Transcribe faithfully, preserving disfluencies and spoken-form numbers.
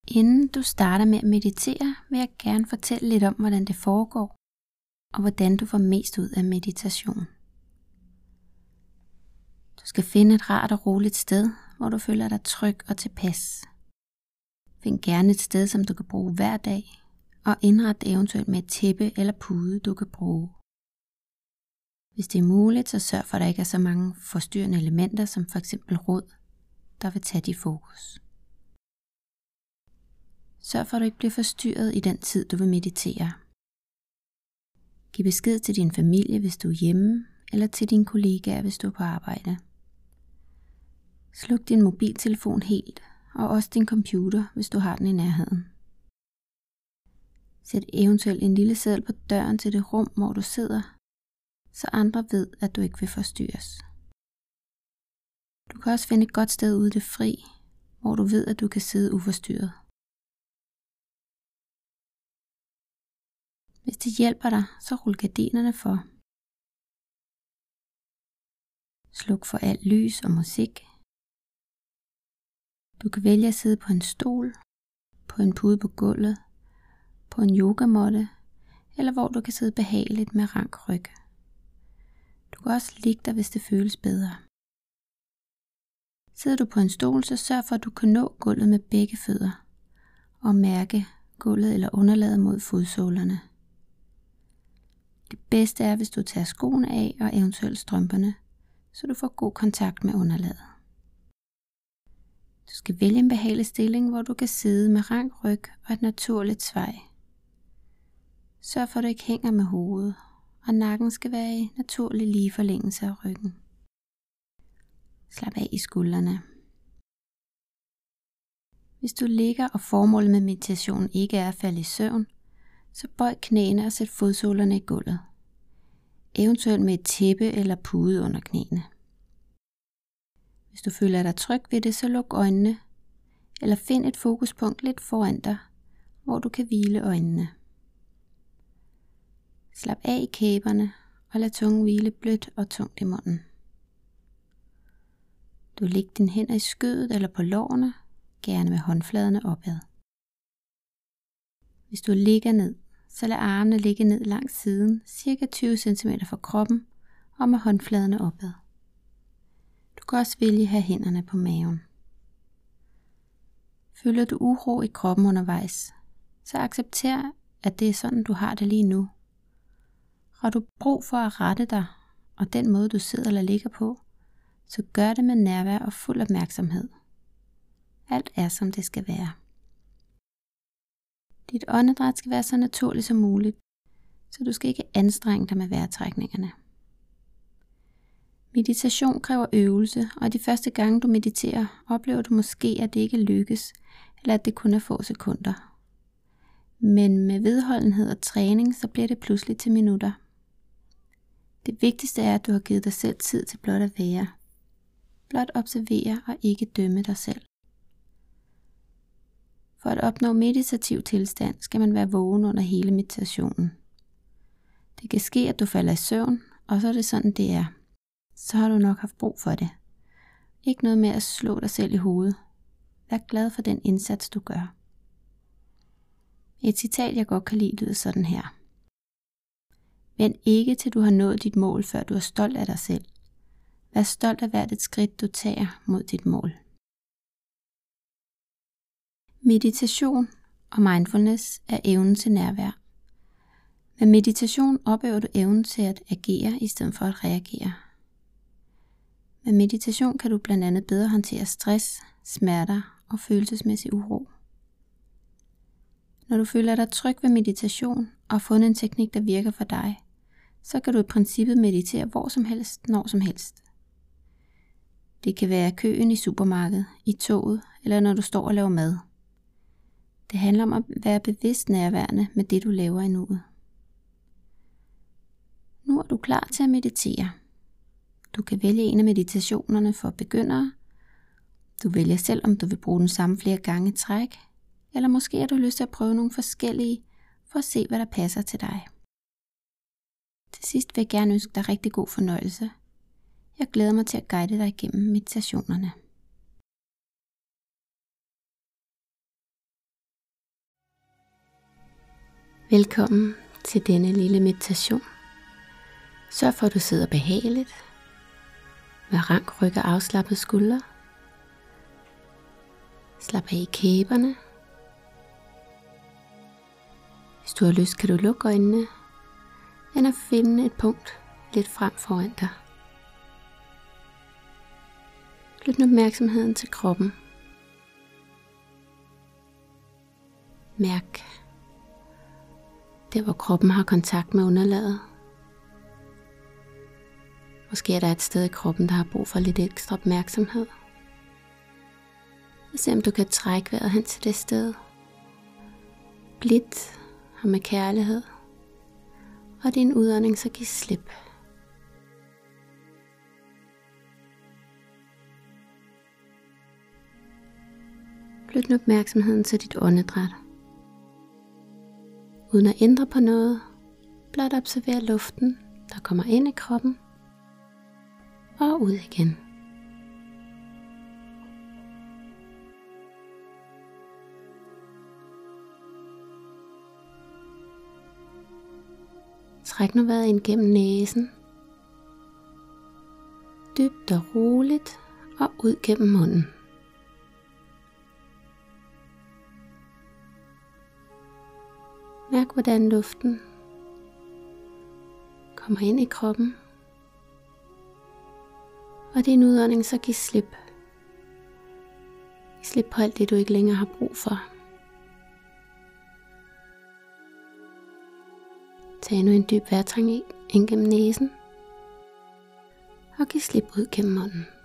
Inden du starter med at meditere, vil jeg gerne fortælle lidt om, hvordan det foregår, og hvordan du får mest ud af meditation. Du skal finde et rart og roligt sted, hvor du føler dig tryg og tilpas. Find gerne et sted, som du kan bruge hver dag, og indret det eventuelt med et tæppe eller pude, du kan bruge. Hvis det er muligt, så sørg for, at der ikke er så mange forstyrrende elementer, som f.eks. rod, der vil tage dit fokus. Sørg for, at du ikke bliver forstyrret i den tid, du vil meditere. Giv besked til din familie, hvis du er hjemme, eller til dine kollegaer, hvis du er på arbejde. Sluk din mobiltelefon helt, og også din computer, hvis du har den i nærheden. Sæt eventuelt en lille seddel på døren til det rum, hvor du sidder, så andre ved, at du ikke vil forstyrres. Du kan også finde et godt sted ude i det fri, hvor du ved, at du kan sidde uforstyrret. Hvis det hjælper dig, så rul gardinerne for. Sluk for alt lys og musik. Du kan vælge at sidde på en stol, på en pude på gulvet, på en yogamåtte, eller hvor du kan sidde behageligt med rank ryg. Du kan også ligge der, hvis det føles bedre. Sidder du på en stol, så sørg for, at du kan nå gulvet med begge fødder, og mærke gulvet eller underlaget mod fodsålerne. Det bedste er, hvis du tager skoene af og eventuelt strømperne, så du får god kontakt med underlaget. Du skal vælge en behagelig stilling, hvor du kan sidde med rank ryg og et naturligt svej. Sørg for, at du ikke hænger med hovedet, og nakken skal være i naturlig lige forlængelse af ryggen. Slap af i skuldrene. Hvis du ligger, og formålet med meditationen ikke er at falde i søvn, så bøj knæene og sæt fodsålerne i gulvet. Eventuelt med et tæppe eller pude under knæene. Hvis du føler dig tryg ved det, så luk øjnene, eller find et fokuspunkt lidt foran dig, hvor du kan hvile øjnene. Slap af i kæberne, og lad tungen hvile blødt og tungt i munden. Du læg dine hænder i skødet eller på lårene, gerne med håndfladerne opad. Hvis du ligger ned, så lad armene ligge ned langs siden, cirka tyve centimeter fra kroppen, og med håndfladerne opad. Du kan også vælge at have hænderne på maven. Føler du uro i kroppen undervejs, så accepter, at det er sådan, du har det lige nu. Har du brug for at rette dig, og den måde, du sidder eller ligger på, så gør det med nærvær og fuld opmærksomhed. Alt er, som det skal være. Dit åndedræt skal være så naturligt som muligt, så du skal ikke anstrenge dig med vejrtrækningerne. Meditation kræver øvelse, og de første gange du mediterer, oplever du måske, at det ikke lykkes, eller at det kun er få sekunder. Men med vedholdenhed og træning, så bliver det pludselig til minutter. Det vigtigste er, at du har givet dig selv tid til blot at være. Blot observere og ikke dømme dig selv. For at opnå meditativ tilstand, skal man være vågen under hele meditationen. Det kan ske, at du falder i søvn, og så er det sådan, det er. Så har du nok haft brug for det. Ikke noget med at slå dig selv i hovedet. Vær glad for den indsats, du gør. Et citat, jeg godt kan lide, lyder sådan her. Vent ikke til du har nået dit mål, før du er stolt af dig selv. Vær stolt af hvert et skridt, du tager mod dit mål. Meditation og mindfulness er evnen til nærvær. Med meditation opøver du evnen til at agere i stedet for at reagere. Med meditation kan du blandt andet bedre håndtere stress, smerter og følelsesmæssig uro. Når du føler dig tryg ved meditation og har fundet en teknik, der virker for dig, så kan du i princippet meditere hvor som helst, når som helst. Det kan være køen i supermarkedet, i toget eller når du står og laver mad. Det handler om at være bevidst nærværende med det, du laver i nuet. Nu er du klar til at meditere. Du kan vælge en af meditationerne for begyndere. Du vælger selv, om du vil bruge den samme flere gange i træk, eller måske har du lyst til at prøve nogle forskellige, for at se, hvad der passer til dig. Til sidst vil jeg gerne ønske dig rigtig god fornøjelse. Jeg glæder mig til at guide dig igennem meditationerne. Velkommen til denne lille meditation. Sørg for, at du sidder behageligt med rank ryg og afslappede skuldre. Slap af i kæberne. Hvis du har lyst, kan du lukke øjnene, eller finde et punkt lidt frem foran dig. Flyt opmærksomheden til kroppen. Mærk der, hvor kroppen har kontakt med underlaget. Måske er der et sted i kroppen, der har brug for lidt ekstra opmærksomhed. Og se om du kan trække vejret hen til det sted. Blidt og med kærlighed. Og din udånding, så giv slip. Flyt opmærksomheden til dit åndedræt. Uden at ændre på noget, blot observer luften, der kommer ind i kroppen og ud igen. Træk nu vejret ind gennem næsen, dybt og roligt og ud gennem munden. Mærk, hvordan luften kommer ind i kroppen, og din udånding, så giv slip. Giv slip på alt det, du ikke længere har brug for. Tag nu en dyb vejrtrækning ind gennem næsen, og giv slip ud gennem munden.